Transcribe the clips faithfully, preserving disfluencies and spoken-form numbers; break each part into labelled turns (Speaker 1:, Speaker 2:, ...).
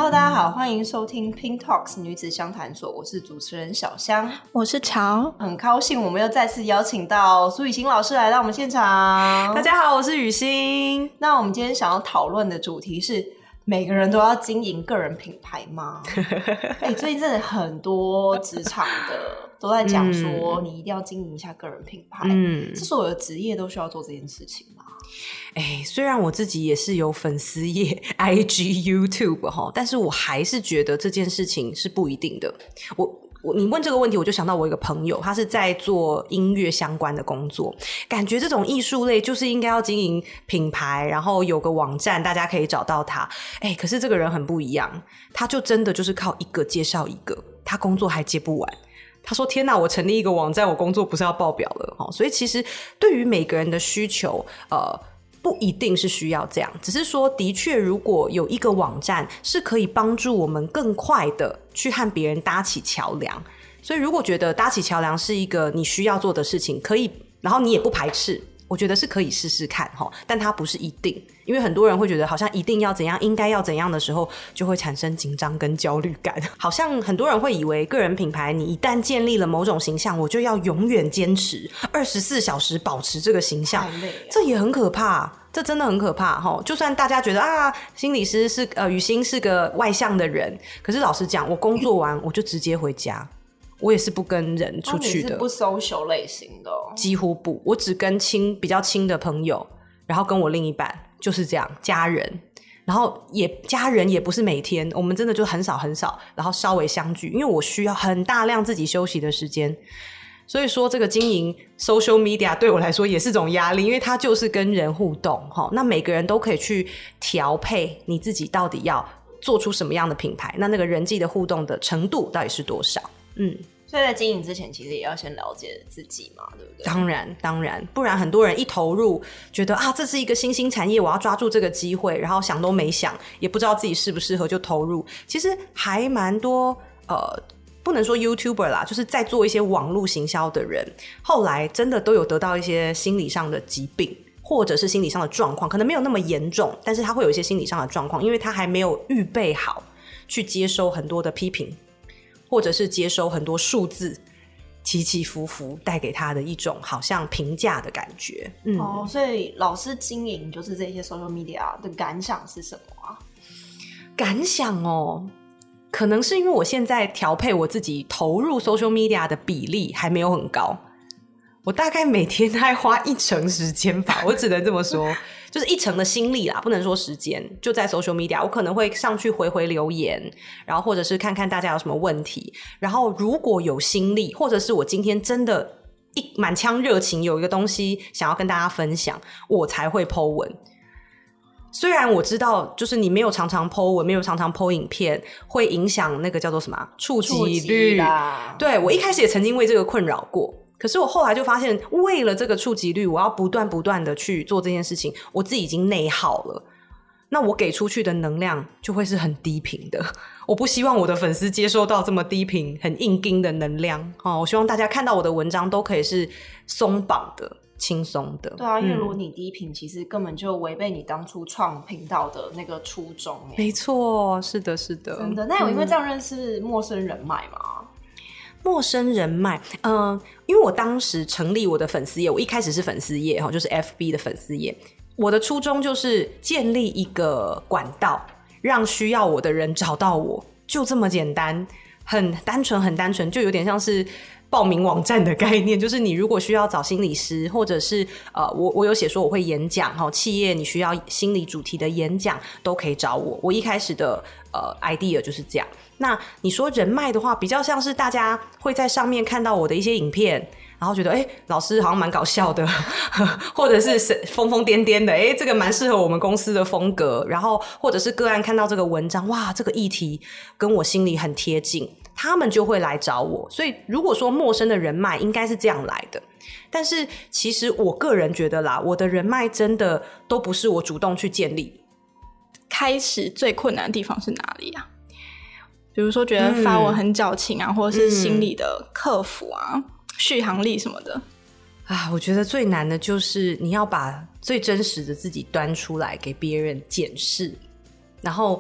Speaker 1: Hello， 大家好，欢迎收听 Pink Talks 女子相谈所，我是主持人小香，
Speaker 2: 我是乔，
Speaker 1: 很高兴我们又再次邀请到苏雨欣老师来到我们现场。
Speaker 3: 大家好，我是雨欣。
Speaker 1: 那我们今天想要讨论的主题是：每个人都要经营个人品牌吗？欸、最近真的很多职场的都在讲说，你一定要经营一下个人品牌。嗯，是所有的职业都需要做这件事情吗？
Speaker 3: 哎，虽然我自己也是有粉丝页 I G、YouTube 但是我还是觉得这件事情是不一定的。我我你问这个问题，我就想到我一个朋友，他是在做音乐相关的工作，感觉这种艺术类就是应该要经营品牌，然后有个网站大家可以找到他。哎，可是这个人很不一样，他就真的就是靠一个介绍一个，他工作还接不完。他说天哪，我成立一个网站，我工作不是要爆表了。所以其实对于每个人的需求呃，不一定是需要这样，只是说的确如果有一个网站是可以帮助我们更快的去和别人搭起桥梁，所以如果觉得搭起桥梁是一个你需要做的事情，可以，然后你也不排斥，我觉得是可以试试看，但它不是一定，因为很多人会觉得好像一定要怎样，应该要怎样的时候，就会产生紧张跟焦虑感。好像很多人会以为个人品牌你一旦建立了某种形象，我就要永远坚持二十四小时保持这个形象，这也很可怕，这真的很可怕。就算大家觉得啊，心理师是呃雨欣是个外向的人，可是老实讲，我工作完我就直接回家，我也是不跟人出去的。
Speaker 1: 哦，你是不 social 类型的哦？
Speaker 3: 几乎不，我只跟亲比较亲的朋友，然后跟我另一半，就是这样，家人，然后也家人也不是每天，我们真的就很少很少，然后稍微相聚，因为我需要很大量自己休息的时间。所以说这个经营 social media 对我来说也是种压力，因为它就是跟人互动，那每个人都可以去调配你自己到底要做出什么样的品牌，那那个人际的互动的程度到底是多少。嗯，
Speaker 1: 所以在经营之前其实也要先了解自己嘛，对不对？
Speaker 3: 当然当然，不然很多人一投入觉得啊，这是一个新兴产业，我要抓住这个机会，然后想都没想，也不知道自己适不适合就投入。其实还蛮多呃不能说 YouTuber 啦，就是在做一些网络行销的人，后来真的都有得到一些心理上的疾病，或者是心理上的状况，可能没有那么严重，但是他会有一些心理上的状况，因为他还没有预备好去接收很多的批评，或者是接收很多数字起起伏伏带给他的一种好像评价的感觉。嗯，
Speaker 1: 哦，所以老师经营就是这些 social media 的感想是什么啊？
Speaker 3: 感想哦，可能是因为我现在调配我自己投入 social media 的比例还没有很高，我大概每天大概花一成时间吧，我只能这么说，就是一成的心力啦，不能说时间，就在 social media 我可能会上去回回留言，然后或者是看看大家有什么问题，然后如果有心力，或者是我今天真的一满腔热情有一个东西想要跟大家分享，我才会 po 文。虽然我知道就是你没有常常 po 文，没有常常 po 影片，会影响那个叫做什么触及率啦，对，我一开始也曾经为这个困扰过，可是我后来就发现为了这个触及率，我要不断不断的去做这件事情，我自己已经内耗了，那我给出去的能量就会是很低频的，我不希望我的粉丝接收到这么低频很硬硬的能量、哦、我希望大家看到我的文章都可以是松绑的轻松的。
Speaker 1: 对啊，因为如果你低频、嗯、其实根本就违背你当初创频道的那个初衷。
Speaker 3: 没错，是的是的，
Speaker 1: 真的。那有因为这样认识陌生人脉吗？嗯、
Speaker 3: 陌生人脉嗯、呃，因为我当时成立我的粉丝页，我一开始是粉丝页就是 F B 的粉丝页，我的初衷就是建立一个管道，让需要我的人找到我，就这么简单，很单纯很单纯，就有点像是报名网站的概念，就是你如果需要找心理师，或者是呃，我我有写说我会演讲，企业你需要心理主题的演讲都可以找我。我一开始的呃 idea 就是这样。那你说人脉的话，比较像是大家会在上面看到我的一些影片，然后觉得哎、欸，老师好像蛮搞笑的，或者是疯疯癫癫的，哎、欸，这个蛮适合我们公司的风格，然后或者是个案看到这个文章，哇，这个议题跟我心里很贴近，他们就会来找我。所以如果说陌生的人脉应该是这样来的，但是其实我个人觉得啦，我的人脉真的都不是我主动去建立。
Speaker 2: 开始最困难的地方是哪里啊？比如说觉得发文很矫情啊、嗯、或者是心理的克服啊、嗯、续航力什么的
Speaker 3: 啊，我觉得最难的就是你要把最真实的自己端出来给别人检视，然后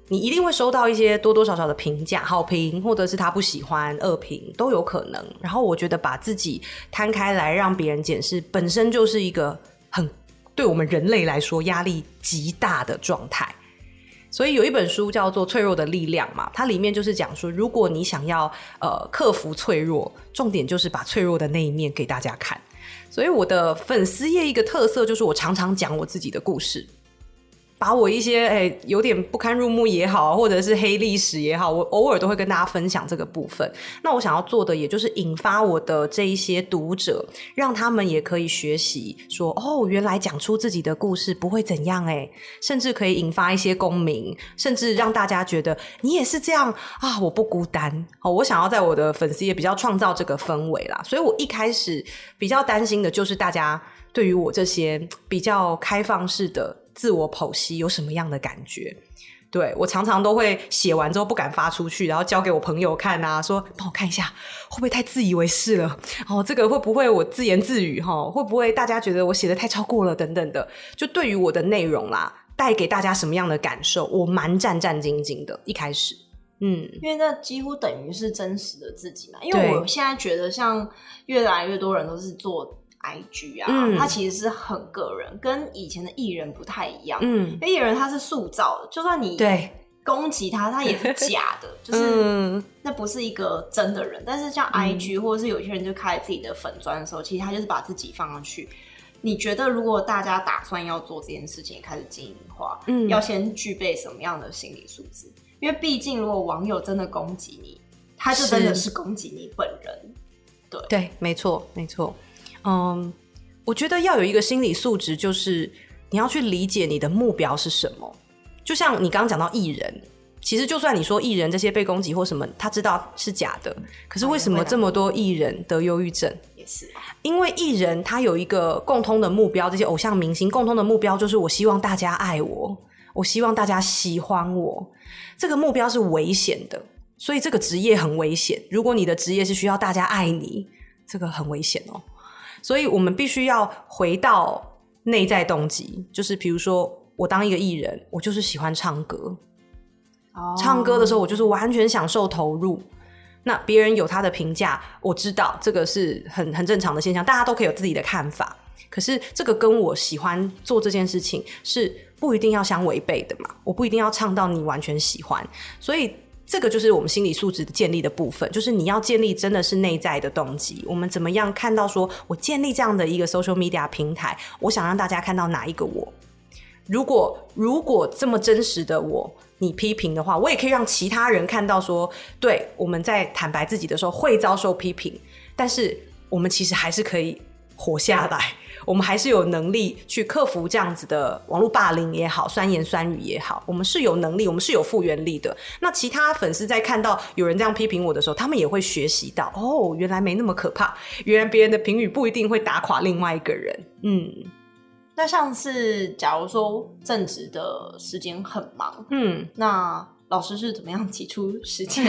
Speaker 3: 你一定会收到一些多多少少的评价，好评，或者是他不喜欢，恶评都有可能。然后我觉得把自己摊开来让别人检视，本身就是一个很对我们人类来说压力极大的状态。所以有一本书叫做《脆弱的力量》嘛，它里面就是讲说，如果你想要呃克服脆弱，重点就是把脆弱的那一面给大家看。所以我的粉丝页一个特色就是我常常讲我自己的故事，把我一些诶有点不堪入目也好，或者是黑历史也好，我偶尔都会跟大家分享这个部分。那我想要做的也就是引发我的这一些读者，让他们也可以学习说，哦，原来讲出自己的故事不会怎样诶，甚至可以引发一些共鸣，甚至让大家觉得你也是这样啊，我不孤单。哦，我想要在我的粉丝页比较创造这个氛围啦，所以我一开始比较担心的就是大家对于我这些比较开放式的自我剖析有什么样的感觉。对，我常常都会写完之后不敢发出去，然后交给我朋友看啊，说帮我看一下会不会太自以为是了，哦，这个会不会我自言自语，哦，会不会大家觉得我写的太超过了等等的。就对于我的内容啦，带给大家什么样的感受，我蛮战战兢兢的一开始。嗯，
Speaker 1: 因为那几乎等于是真实的自己嘛。因为我现在觉得像越来越多人都是做I G 啊，嗯，它其实是很个人，跟以前的艺人不太一样。嗯，因为艺人他是塑造的，就算你对攻击他，他也是假的，就是那不是一个真的人。但是像 I G，嗯，或者是有些人就开自己的粉专的时候，其实他就是把自己放上去。你觉得如果大家打算要做这件事情，开始经营的话，嗯，要先具备什么样的心理素质？因为毕竟如果网友真的攻击你，他就真的是攻击你本人。对
Speaker 3: 对，没错没错。嗯，我觉得要有一个心理素质，就是你要去理解你的目标是什么。就像你刚刚讲到艺人，其实就算你说艺人这些被攻击或什么，他知道是假的，可是为什么这么多艺人得忧郁症？
Speaker 1: 也是
Speaker 3: 因为艺人他有一个共通的目标，这些偶像明星共通的目标就是我希望大家爱我，我希望大家喜欢我。这个目标是危险的，所以这个职业很危险。如果你的职业是需要大家爱你，这个很危险哦。所以我们必须要回到内在动机，就是比如说我当一个艺人，我就是喜欢唱歌，哦，唱歌的时候我就是完全享受投入。那别人有他的评价，我知道这个是很很正常的现象，大家都可以有自己的看法。可是这个跟我喜欢做这件事情是不一定要相违背的嘛，我不一定要唱到你完全喜欢。所以这个就是我们心理素质建立的部分，就是你要建立真的是内在的动机。我们怎么样看到说我建立这样的一个 social media 平台，我想让大家看到哪一个我。如果如果这么真实的我你批评的话，我也可以让其他人看到说，对，我们在坦白自己的时候会遭受批评，但是我们其实还是可以活下来，我们还是有能力去克服这样子的网络霸凌也好，酸言酸语也好，我们是有能力，我们是有复原力的。那其他粉丝在看到有人这样批评我的时候，他们也会学习到，哦，原来没那么可怕，原来别人的评语不一定会打垮另外一个人。嗯，
Speaker 1: 那像是假如说正职的时间很忙，嗯，那老师是怎么样挤出时间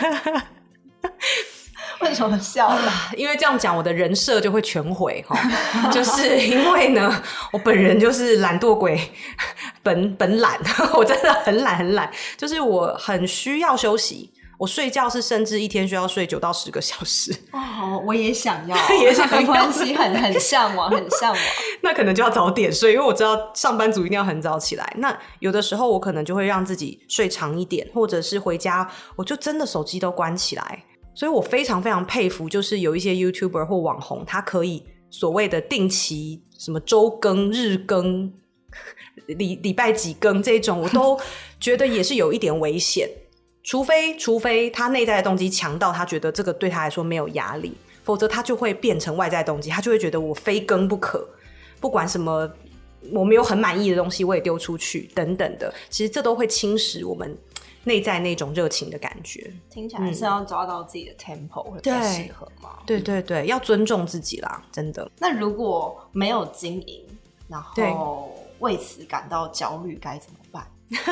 Speaker 1: 为什么笑了？
Speaker 3: 因为这样讲我的人设就会全毁就是因为呢我本人就是懒惰鬼本本懒我真的很懒很懒，就是我很需要休息，我睡觉是甚至一天需要睡九到十个小时。
Speaker 1: 哦，我也想要
Speaker 3: 也想要，
Speaker 1: 没关系，很很向往很向往
Speaker 3: 那可能就要早点睡，因为我知道上班族一定要很早起来。那有的时候我可能就会让自己睡长一点，或者是回家我就真的手机都关起来。所以我非常非常佩服，就是有一些 YouTuber 或网红，他可以所谓的定期什么周更、日更、礼礼拜几更这种，我都觉得也是有一点危险。除非除非他内在的动机强到他觉得这个对他来说没有压力，否则他就会变成外在动机，他就会觉得我非更不可，不管什么我没有很满意的东西我也丢出去等等的，其实这都会侵蚀我们内在那种热情的感觉。
Speaker 1: 听起来是要抓到自己的 tempo 会比较适合吗？
Speaker 3: 对对对，要尊重自己啦，真的。
Speaker 1: 那如果没有经营，然后为此感到焦虑该怎么办？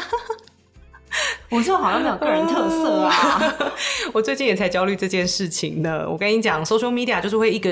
Speaker 1: 我这好像没有个人特色啊
Speaker 3: 我最近也才焦虑这件事情呢。我跟你讲 social media 就是会一个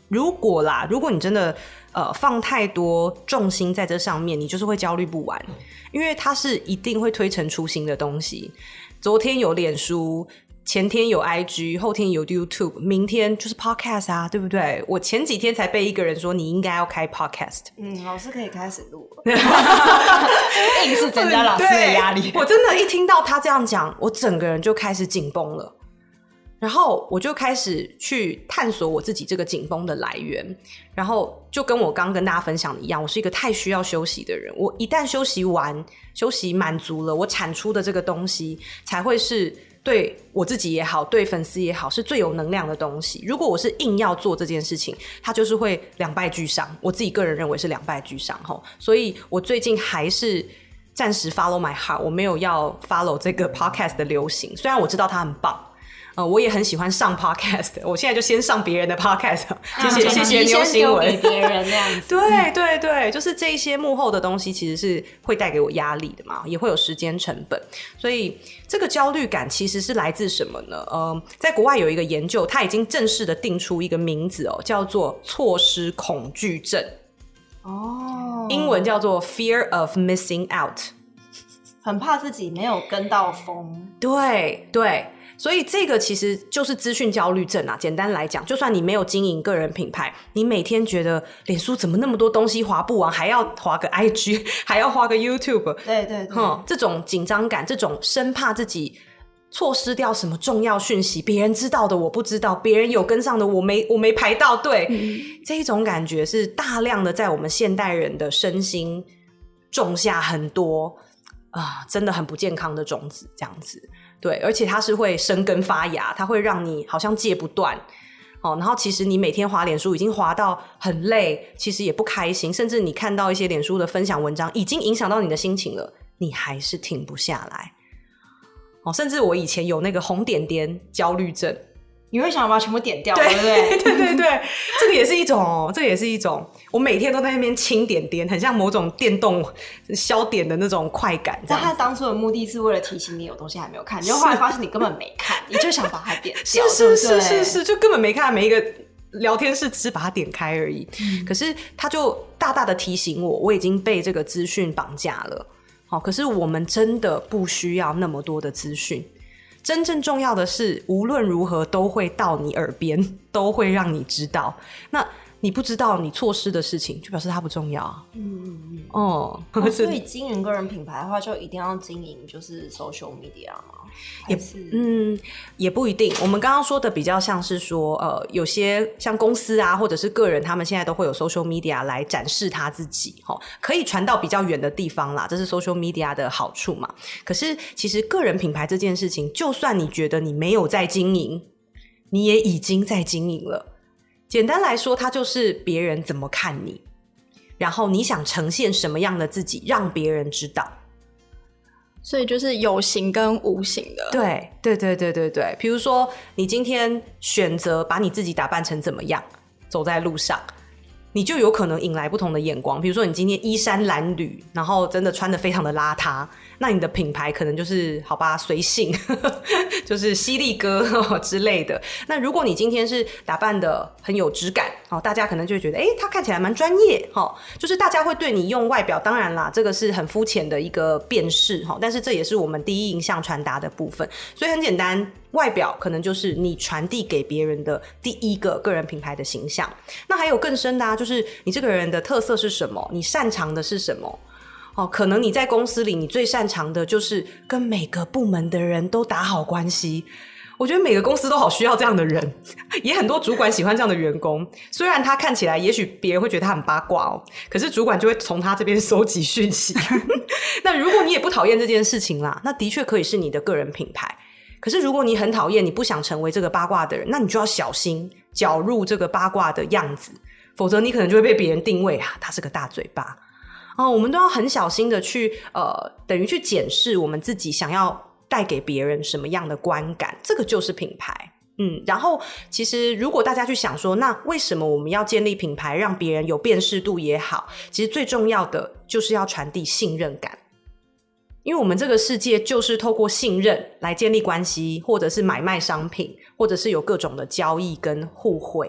Speaker 3: 如果啦，如果你真的呃放太多重心在这上面，你就是会焦虑不完，因为它是一定会推陈出新的东西。昨天有脸书，前天有 I G， 后天有 YouTube， 明天就是 Podcast 啊，对不对？我前几天才被一个人说你应该要开 Podcast。
Speaker 1: 嗯，老师可以开始录了，硬是增加老师的压力。
Speaker 3: 我真的，一听到他这样讲，我整个人就开始紧绷了。然后我就开始去探索我自己这个紧绷的来源，然后就跟我刚刚跟大家分享的一样，我是一个太需要休息的人。我一旦休息完，休息满足了，我产出的这个东西才会是对我自己也好，对粉丝也好，是最有能量的东西。如果我是硬要做这件事情，它就是会两败俱伤。我自己个人认为是两败俱伤，所以我最近还是暂时 follow my heart， 我没有要 follow 这个 podcast 的流行，虽然我知道它很棒。呃，我也很喜欢上 podcast， 我现在就先上别人的 podcast， 谢谢、啊、谢谢妞新闻，
Speaker 1: 给别人这样子。
Speaker 3: 对对对，就是这一些幕后的东西，其实是会带给我压力的嘛，也会有时间成本，所以这个焦虑感其实是来自什么呢？呃，在国外有一个研究，它已经正式的定出一个名字哦，叫做错失恐惧症。哦，英文叫做 fear of missing out，
Speaker 1: 很怕自己没有跟到风。
Speaker 3: 对对。所以这个其实就是资讯焦虑症啊，简单来讲，就算你没有经营个人品牌，你每天觉得脸书怎么那么多东西滑不完，还要滑个 I G， 还要滑个 YouTube，
Speaker 1: 对对对、
Speaker 3: 嗯，这种紧张感，这种生怕自己错失掉什么重要讯息，别人知道的我不知道，别人有跟上的我没我没排到队、嗯、这一种感觉是大量的在我们现代人的身心种下很多啊、呃，真的很不健康的种子，这样子。对，而且它是会生根发芽，它会让你好像戒不断、哦、然后其实你每天滑脸书已经滑到很累，其实也不开心，甚至你看到一些脸书的分享文章已经影响到你的心情了，你还是停不下来、哦、甚至我以前有那个红点点焦虑症，
Speaker 1: 你会想把它全部点掉，
Speaker 3: 对,
Speaker 1: 对不对？
Speaker 3: 对对对，这个也是一种，这个也是一种，我每天都在那边清点点，很像某种电动消点的那种快感。
Speaker 1: 但他当初的目的是为了提醒你有东西还没有看，结果后来发现你根本没看，你就想把它点掉，
Speaker 3: 是是是是是，就根本没看，每一个聊天室只是把它点开而已。嗯、可是他就大大的提醒我，我已经被这个资讯绑架了。好，可是我们真的不需要那么多的资讯。真正重要的是无论如何都会到你耳边，都会让你知道，那你不知道你错失的事情就表示它不重要。嗯嗯嗯哦,
Speaker 1: 哦所以经营个人品牌的话就一定要经营就是 social media 吗？
Speaker 3: 也嗯也不一定，我们刚刚说的比较像是说呃有些像公司啊或者是个人，他们现在都会有 social media 来展示他自己、哦、可以传到比较远的地方啦，这是 social media 的好处嘛。可是其实个人品牌这件事情，就算你觉得你没有在经营，你也已经在经营了。简单来说，它就是别人怎么看你，然后你想呈现什么样的自己让别人知道，
Speaker 2: 所以就是有形跟无形的。
Speaker 3: 对对对对对对，比如说你今天选择把你自己打扮成怎么样走在路上，你就有可能引来不同的眼光。比如说你今天衣衫褴褛，然后真的穿得非常的邋遢，那你的品牌可能就是好吧随性就是犀利哥、哦、之类的。那如果你今天是打扮的很有质感、哦、大家可能就会觉得诶他看起来蛮专业、哦、就是大家会对你用外表，当然啦这个是很肤浅的一个辨识、哦、但是这也是我们第一印象传达的部分。所以很简单，外表可能就是你传递给别人的第一个个人品牌的形象。那还有更深的啊，就是你这个人的特色是什么，你擅长的是什么。哦，可能你在公司里你最擅长的就是跟每个部门的人都打好关系。我觉得每个公司都好需要这样的人，也很多主管喜欢这样的员工。虽然他看起来也许别人会觉得他很八卦哦，可是主管就会从他这边收集讯息那如果你也不讨厌这件事情啦，那的确可以是你的个人品牌。可是如果你很讨厌，你不想成为这个八卦的人，那你就要小心搅入这个八卦的样子，否则你可能就会被别人定位啊，他是个大嘴巴。哦，我们都要很小心的去呃，等于去检视我们自己想要带给别人什么样的观感，这个就是品牌。嗯，然后其实如果大家去想说，那为什么我们要建立品牌让别人有辨识度也好，其实最重要的就是要传递信任感。因为我们这个世界就是透过信任来建立关系，或者是买卖商品，或者是有各种的交易跟互惠。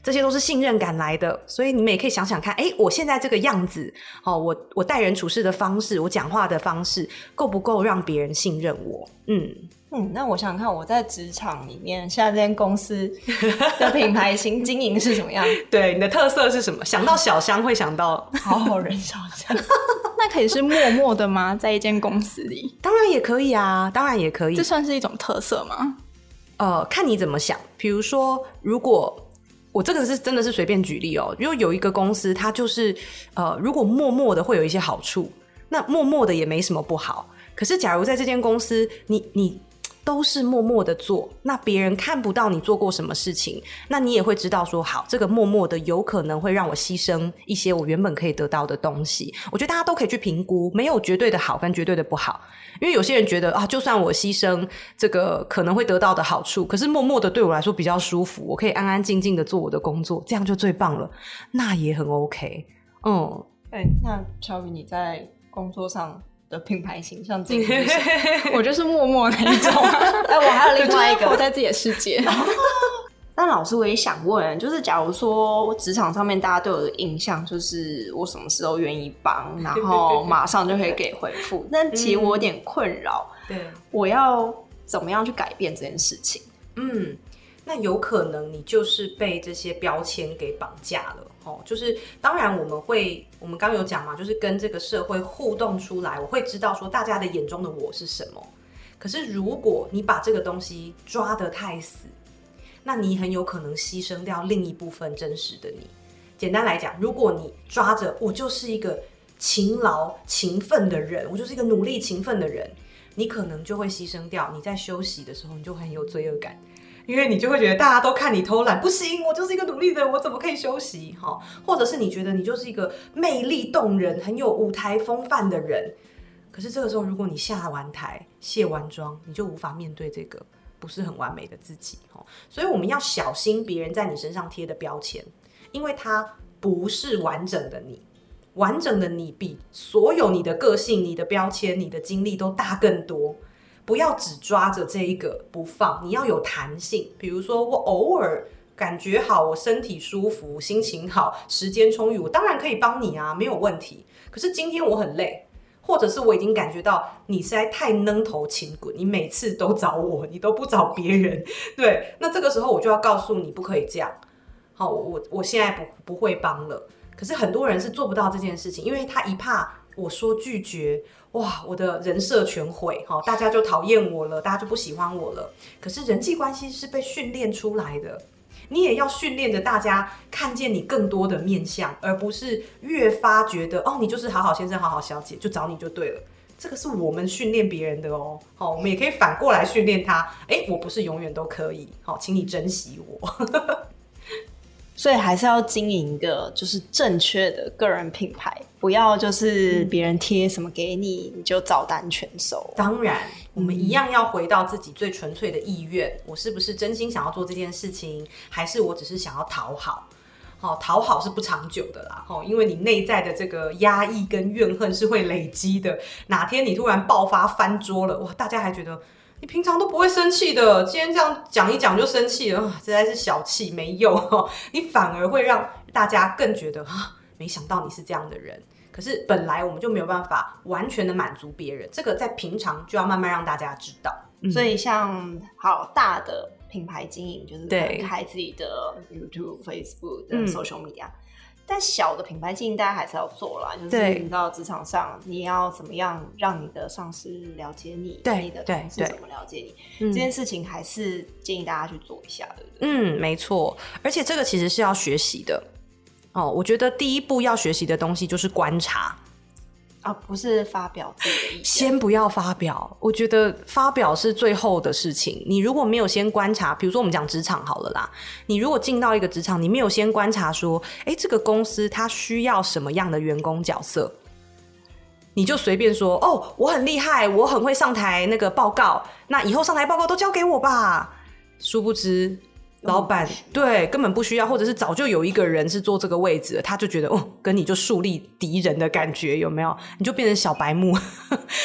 Speaker 3: 这些都是信任感来的。所以你们也可以想想看，哎，我现在这个样子，哦，我我待人处事的方式，我讲话的方式，够不够让别人信任我？嗯
Speaker 1: 嗯，那我想想看，我在职场里面，现在这间公司的品牌型经营是什么样？
Speaker 3: 对，你的特色是什么？想到小香会想到
Speaker 1: 好好人小香。
Speaker 2: 那可以是默默的吗？在一间公司里，
Speaker 3: 当然也可以啊，当然也可以。
Speaker 2: 这算是一种特色吗？
Speaker 3: 呃，看你怎么想。比如说，如果我这个是真的是随便举例哦，如果有一个公司，它就是呃，如果默默的会有一些好处，那默默的也没什么不好。可是，假如在这间公司，你你都是默默的做，那别人看不到你做过什么事情，那你也会知道说，好，这个默默的有可能会让我牺牲一些我原本可以得到的东西。我觉得大家都可以去评估，没有绝对的好跟绝对的不好。因为有些人觉得啊，就算我牺牲这个可能会得到的好处，可是默默的对我来说比较舒服，我可以安安静静的做我的工作，这样就最棒了，那也很 OK。嗯，
Speaker 1: 哎、欸，那乔宇你在工作上的品牌形象经营是什么？
Speaker 2: 我就是默默那一种。
Speaker 1: 哎，我还有另外一个
Speaker 2: 活在自己的世界。
Speaker 1: 那老师，我也想问，就是假如说职场上面大家对我的印象就是我什么事都愿意帮，然后马上就可以给回复，但其实我有点困扰，
Speaker 3: 对，
Speaker 1: 我要怎么样去改变这件事情？
Speaker 3: 嗯，那有可能你就是被这些标签给绑架了。哦，就是当然我们会，我们刚刚有讲嘛，就是跟这个社会互动出来，我会知道说大家的眼中的我是什么。可是如果你把这个东西抓得太死，那你很有可能牺牲掉另一部分真实的你。简单来讲，如果你抓着我就是一个勤劳勤奋的人，我就是一个努力勤奋的人，你可能就会牺牲掉你在休息的时候你就很有罪恶感，因为你就会觉得大家都看你偷懒，不行，我就是一个努力的人，我怎么可以休息？或者是你觉得你就是一个魅力动人很有舞台风范的人，可是这个时候如果你下完台卸完妆，你就无法面对这个不是很完美的自己。所以我们要小心别人在你身上贴的标签，因为它不是完整的你，完整的你比所有你的个性、你的标签、你的经历都大更多。不要只抓着这一个不放，你要有弹性。比如说我偶尔感觉好，我身体舒服，心情好，时间充裕，我当然可以帮你啊，没有问题。可是今天我很累，或者是我已经感觉到你实在太扔头轻滚，你每次都找我，你都不找别人，对，那这个时候我就要告诉你不可以这样。好，我我现在不不会帮了。可是很多人是做不到这件事情，因为他一怕我说拒绝，哇，我的人设全毁，大家就讨厌我了，大家就不喜欢我了。可是人际关系是被训练出来的，你也要训练着大家看见你更多的面向，而不是越发觉得哦，你就是好好先生好好小姐，就找你就对了。这个是我们训练别人的哦，好，我们也可以反过来训练他，哎，我不是永远都可以，好，请你珍惜我。
Speaker 1: 所以还是要经营一个就是正确的个人品牌，不要就是别人贴什么给你，你就照单全收。
Speaker 3: 当然我们一样要回到自己最纯粹的意愿，我是不是真心想要做这件事情，还是我只是想要讨好。好，讨好是不长久的啦，因为你内在的这个压抑跟怨恨是会累积的，哪天你突然爆发翻桌了，哇，大家还觉得你平常都不会生气的，今天这样讲一讲就生气了，实在是小气没用，你反而会让大家更觉得啊，没想到你是这样的人。可是本来我们就没有办法完全的满足别人，这个在平常就要慢慢让大家知道。
Speaker 1: 嗯、所以像好大的品牌经营就是开自己的 YouTube、Facebook 的 social media、嗯、但小的品牌经营大家还是要做啦，就是你到职场上你要怎么样让你的上司了解你，对你的同事怎么了解你，这件事情还是建议大家去做一下，对不对？
Speaker 3: 嗯，没错，而且这个其实是要学习的哦。我觉得第一步要学习的东西就是观察
Speaker 1: 啊，不是发表自己的意见，
Speaker 3: 先不要发表，我觉得发表是最后的事情。你如果没有先观察，比如说我们讲职场好了啦，你如果进到一个职场，你没有先观察说，哎，这个公司它需要什么样的员工角色，你就随便说，哦，我很厉害，我很会上台那个报告，那以后上台报告都交给我吧。殊不知老板对根本不需要，或者是早就有一个人是坐这个位置了，他就觉得哦，跟你就树立敌人的感觉，有没有？你就变成小白目。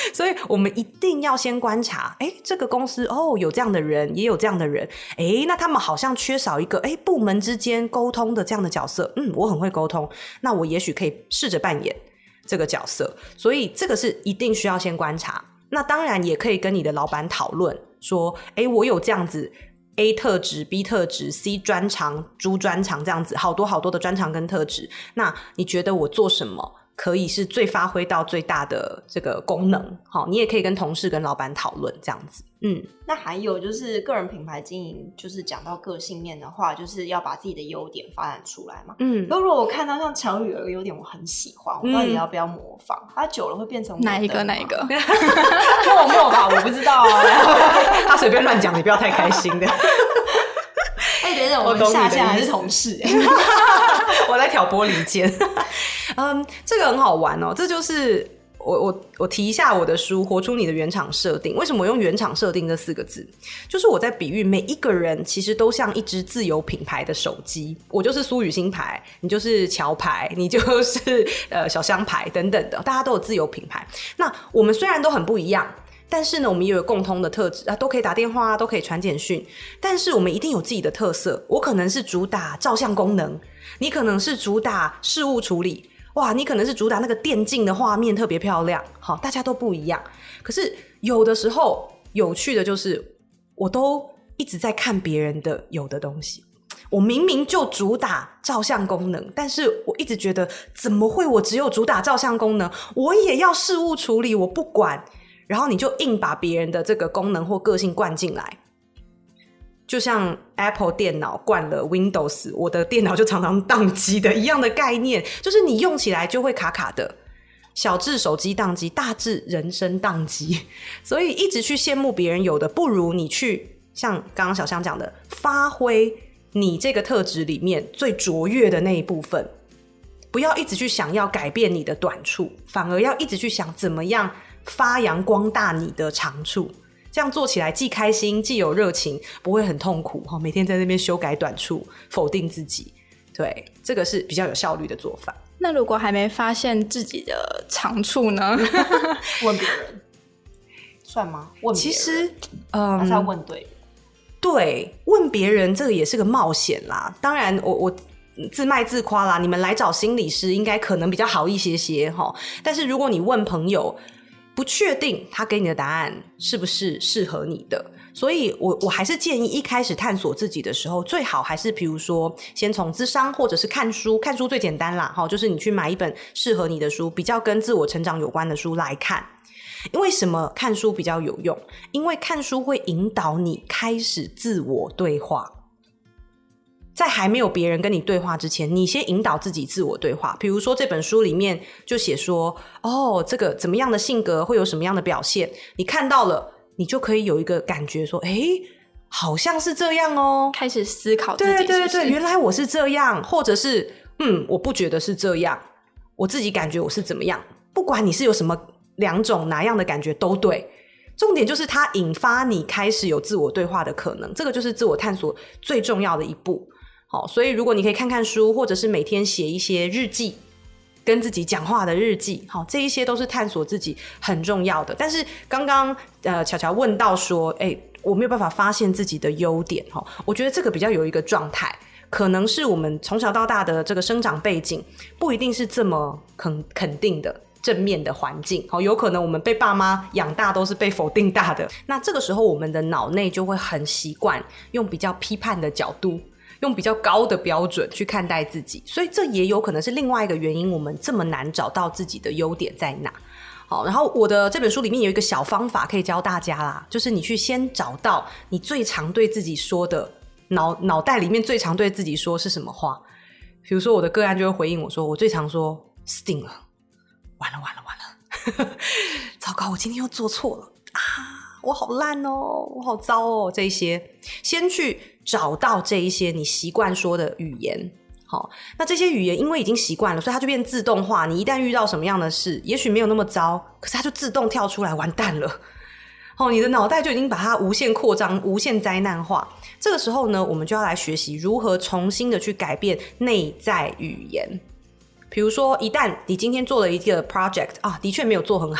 Speaker 3: 所以我们一定要先观察，哎，这个公司哦有这样的人，也有这样的人，哎，那他们好像缺少一个哎部门之间沟通的这样的角色。嗯，我很会沟通，那我也许可以试着扮演这个角色。所以这个是一定需要先观察。那当然也可以跟你的老板讨论说，哎，我有这样子 A 特质 B 特质 C 专长 D 专长，这样子好多好多的专长跟特质，那你觉得我做什么可以是最发挥到最大的这个功能？好，你也可以跟同事跟老板讨论这样子。嗯，
Speaker 1: 那还有就是个人品牌经营，就是讲到个性面的话，就是要把自己的优点发展出来嘛。嗯，如果我看到像乔宇有个优点我很喜欢，我到底要不要模仿？他久了会变成我的
Speaker 2: 哪一个哪一个？
Speaker 1: 默默吧，我不知道啊。
Speaker 3: 他随便乱讲，你不要太开心的。
Speaker 1: 哎、欸，等等，我们下下还是同事、欸，
Speaker 3: 我在挑拨离间。嗯，这个很好玩哦，这就是我我我提一下我的书《活出你的原厂设定》。为什么我用原厂设定这四个字？就是我在比喻每一个人其实都像一支自有品牌的手机，我就是苏雨欣牌，你就是乔牌，你就是呃小香牌等等的，大家都有自有品牌。那我们虽然都很不一样，但是呢我们也有共通的特质啊，都可以打电话，都可以传简讯，但是我们一定有自己的特色。我可能是主打照相功能，你可能是主打事务处理，哇，你可能是主打那个电竞的画面特别漂亮，好，大家都不一样。可是有的时候有趣的就是我都一直在看别人的有的东西，我明明就主打照相功能，但是我一直觉得怎么会我只有主打照相功能，我也要事务处理，我不管，然后你就硬把别人的这个功能或个性灌进来。就像 Apple 电脑灌了 Windows， 我的电脑就常常宕机的一样的概念，就是你用起来就会卡卡的，小至手机宕机，大至人生宕机。所以一直去羡慕别人有的，不如你去像刚刚小香讲的，发挥你这个特质里面最卓越的那一部分，不要一直去想要改变你的短处，反而要一直去想怎么样发扬光大你的长处。这样做起来既开心既有热情，不会很痛苦，每天在那边修改短处否定自己。对，这个是比较有效率的做法。
Speaker 2: 那如果还没发现自己的长处呢？
Speaker 1: 问别人算吗？问别人
Speaker 3: 其实嗯，
Speaker 1: 还是要问对人。
Speaker 3: 对，问别人这个也是个冒险啦。当然我我自卖自夸啦，你们来找心理师应该可能比较好一些些，但是如果你问朋友，不确定他给你的答案是不是适合你的，所以我我还是建议一开始探索自己的时候，最好还是比如说先从諮商或者是看书，看书最简单啦，就是你去买一本适合你的书，比较跟自我成长有关的书来看。因为什么看书比较有用？因为看书会引导你开始自我对话，在还没有别人跟你对话之前，你先引导自己自我对话。比如说这本书里面就写说，哦，这个怎么样的性格会有什么样的表现，你看到了，你就可以有一个感觉说，诶，好像是这样哦，
Speaker 2: 开始思考自己是不是，
Speaker 3: 对对对，原来我是这样，或者是嗯，我不觉得是这样，我自己感觉我是怎么样。不管你是有什么两种哪样的感觉都对，重点就是它引发你开始有自我对话的可能，这个就是自我探索最重要的一步。好，所以如果你可以看看书，或者是每天写一些日记，跟自己讲话的日记，好，这一些都是探索自己很重要的。但是刚刚呃巧巧问到说，哎，我没有办法发现自己的优点，我觉得这个比较有一个状态，可能是我们从小到大的这个生长背景不一定是这么肯肯定的正面的环境，有可能我们被爸妈养大都是被否定大的，那这个时候我们的脑内就会很习惯用比较批判的角度，用比较高的标准去看待自己，所以这也有可能是另外一个原因，我们这么难找到自己的优点在哪。好，然后我的这本书里面有一个小方法可以教大家啦，就是你去先找到你最常对自己说的，脑脑袋里面最常对自己说是什么话。比如说我的个案就会回应我说，我最常说死定了，完了完了完了糟糕，我今天又做错了啊，我好烂哦，我好糟哦，这一些先去找到这一些你习惯说的语言。好，那这些语言因为已经习惯了，所以它就变自动化，你一旦遇到什么样的事也许没有那么糟，可是它就自动跳出来，完蛋了。哦，你的脑袋就已经把它无限扩张，无限灾难化。这个时候呢，我们就要来学习如何重新的去改变内在语言。比如说一旦你今天做了一个 project 啊，的确没有做很好，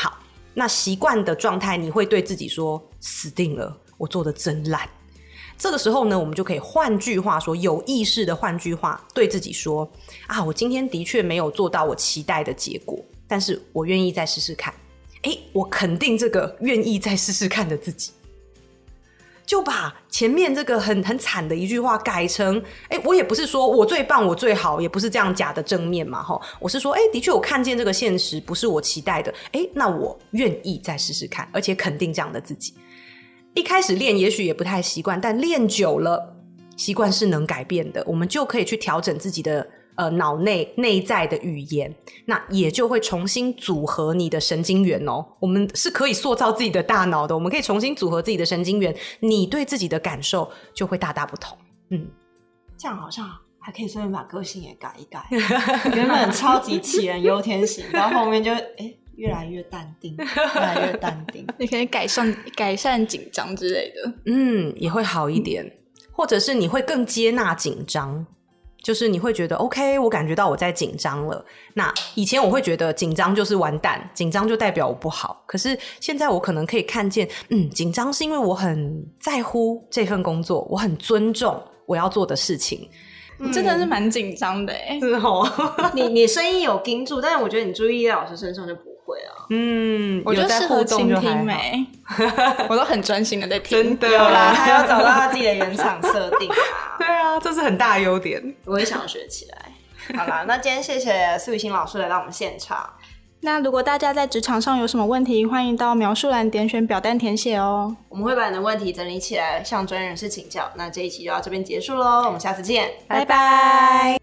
Speaker 3: 那习惯的状态，你会对自己说死定了，我做的真烂。这个时候呢，我们就可以换句话说，有意识的换句话对自己说啊，我今天的确没有做到我期待的结果，但是我愿意再试试看。诶，我肯定这个愿意再试试看的自己，就把前面这个很很惨的一句话改成，诶，我也不是说我最棒我最好，也不是这样假的正面嘛，齁，我是说，诶，的确我看见这个现实不是我期待的，诶，那我愿意再试试看，而且肯定这样的自己。一开始练也许也不太习惯，但练久了，习惯是能改变的，我们就可以去调整自己的呃脑内内在的语言，那也就会重新组合你的神经元哦。我们是可以塑造自己的大脑的，我们可以重新组合自己的神经元，你对自己的感受就会大大不同。嗯，
Speaker 1: 这样好像还可以顺便把个性也改一改，原本超级杞人忧天型，到后面就哎。欸越来越淡定，越来越淡定。
Speaker 2: 你可以改善改善紧张之类的，
Speaker 3: 嗯，也会好一点。嗯、或者是你会更接纳紧张，就是你会觉得 OK， 我感觉到我在紧张了。那以前我会觉得紧张就是完蛋，紧张就代表我不好。可是现在我可能可以看见，嗯，紧张是因为我很在乎这份工作，我很尊重我要做的事情。
Speaker 2: 你真的是蛮紧张的哎，
Speaker 3: 是哦。
Speaker 1: 你你声音有盯住，但是我觉得你注意在老师身上就不会啊。
Speaker 3: 嗯，
Speaker 2: 我就适合倾听没，我都很专心的在听。
Speaker 3: 真的
Speaker 1: 有啦，他要找到他自己的原厂设定啊。
Speaker 3: 对啊，这是很大的优点，
Speaker 1: 我也想学起来。好啦，那今天谢谢苏雨欣老师来到我们现场。
Speaker 2: 那如果大家在职场上有什么问题，欢迎到描述栏点选表单填写哦。
Speaker 1: 我们会把你的问题整理起来，向专业人士请教。那这一期就到这边结束咯，我们下次见，
Speaker 3: 拜拜。